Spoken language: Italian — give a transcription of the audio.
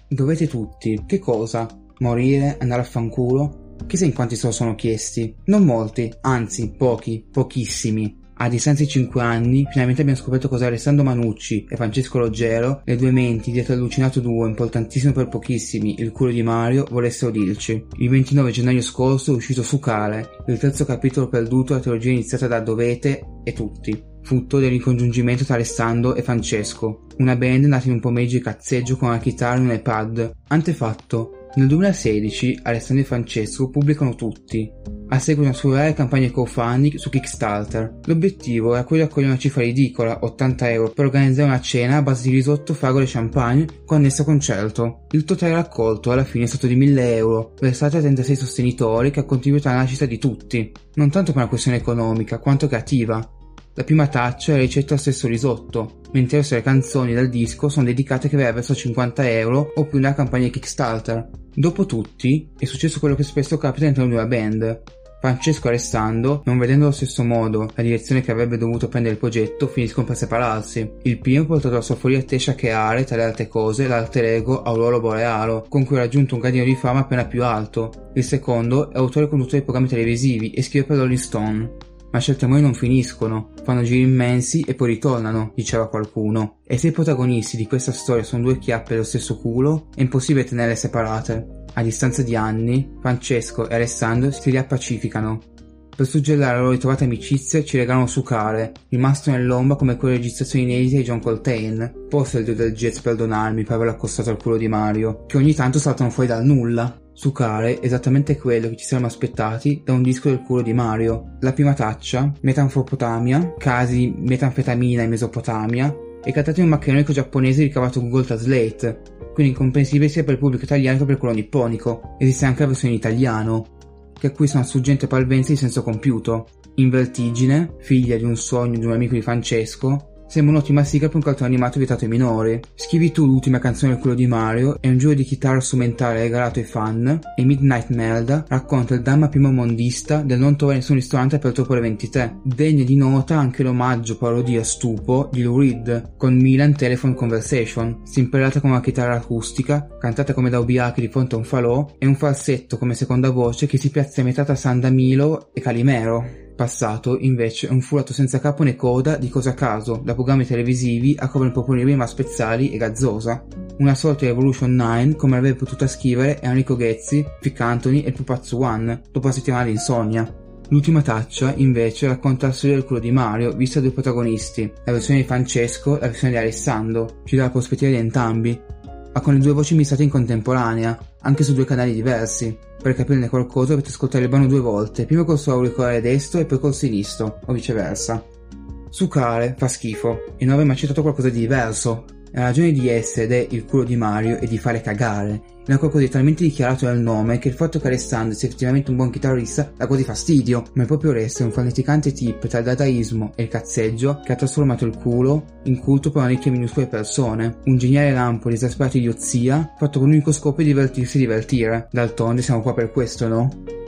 Dovete tutti. Che cosa? Morire? Andare a fanculo? Chissà in quanti se lo sono chiesti. Non molti, anzi pochi, pochissimi. A distanza di 5 anni, finalmente abbiamo scoperto cosa Alessandro Manucci e Francesco Ruggero, le due menti dietro l'allucinato duo importantissimo per pochissimi, il culo di Mario, volessero dirci. Il 29 gennaio scorso è uscito Sucare, il terzo capitolo perduto della trilogia iniziata da Dovete e Tutti, frutto del ricongiungimento tra Alessandro e Francesco, una band nata in un pomeriggio di cazzeggio con una chitarra e un iPad. Antefatto. Nel 2016 Alessandro e Francesco pubblicano Tutti, a seguito di una surreale campagna crowdfunding su Kickstarter. L'obiettivo era quello di raccogliere una cifra ridicola, 80 euro, per organizzare una cena a base di risotto, fragole e champagne con annesso concerto. Il totale raccolto alla fine è stato di 1.000 euro, versati a 36 sostenitori che hanno contribuito alla nascita di Tutti, non tanto per una questione economica quanto creativa. La prima traccia è la ricetta del stesso risotto, mentre le canzoni del disco sono dedicate a chi aveva verso 50 euro o più nella campagna Kickstarter. Dopo Tutti è successo quello che spesso capita all'interno di una band. Francesco e Alessandro, non vedendo allo stesso modo la direzione che avrebbe dovuto prendere il progetto, finiscono per separarsi. Il primo ha portato la sua follia tesa a creare, tra le altre cose, l'alter ego Aurora Borealo, con cui ha raggiunto un gradino di fama appena più alto. Il secondo è autore e conduttore di programmi televisivi e scrive per Rolling Stone. Ma certe amori non finiscono, fanno giri immensi e poi ritornano, diceva qualcuno. E se i protagonisti di questa storia sono due chiappe dello stesso culo, è impossibile tenerle separate. A distanza di anni, Francesco e Alessandro si riappacificano. Per suggellare la loro ritrovata amicizia ci regalano Sucare, rimasto nell'ombra come quelle registrazioni inedite di John Coltrane. Forse il dio del jazz perdonarmi per averlo accostato al culo di Mario, che ogni tanto saltano fuori dal nulla. Sucare è esattamente quello che ci saremmo aspettati da un disco del culo di Mario. La prima traccia, Metanfopotamia, casi metanfetamina in Mesopotamia, è cantata in un maccheronico giapponese ricavato Google Translate, quindi incomprensibile sia per il pubblico italiano che per quello nipponico. Esiste anche la versione in italiano, che acquista una struggente parvenza di senso compiuto. In Vertigine, figlia di un sogno di un amico di Francesco, sembra un'ottima sigla per un cartone animato vietato ai minori. Scrivi tu l'ultima canzone del culo di Mario è un giro di chitarra strumentale regalato ai fan, e Midnight Melda racconta il dramma primo mondista del non trovare nessun ristorante aperto dopo le 23. Degna di nota anche l'omaggio parodia stupo di Lou Reed con Milan Telephone Conversation, stimperata con una chitarra acustica, cantata come da ubriachi di fronte a un falò, e un falsetto come seconda voce che si piazza a metà tra San Damilo e Calimero. Passato, invece, è un furato senza capo né coda di cose a caso, da programmi televisivi a cover improponibili ma speziali e gazzosa. Una sorta di Evolution 9 come avrebbe potuto scrivere Enrico Ghezzi, Fic Anthony e Pupazzo One, dopo la settimana di insonnia. L'ultima traccia, invece, racconta la storia del culo di Mario, vista da due protagonisti, la versione di Francesco e la versione di Alessandro, ci dà la prospettiva di entrambi, ma con le due voci mixate in contemporanea, anche su due canali diversi. Per capirne qualcosa dovete ascoltare il brano due volte, prima col suo auricolare destro e poi col sinistro, o viceversa. Sucare fa schifo, e non avrei mai citato qualcosa di diverso. La ragione di essere ed è il culo di Mario è di fare cagare. È una qualcosa di talmente dichiarato nel nome che il fatto che Alessandro sia effettivamente un buon chitarrista dà quasi fastidio, ma è proprio resto un farneticante tip tra il dadaismo e il cazzeggio che ha trasformato il culo in culto per una nicchia minuscola di persone. Un geniale lampo di esasperato idiozia fatto con l'unico scopo di divertirsi e divertire. D'altronde siamo qua per questo, no?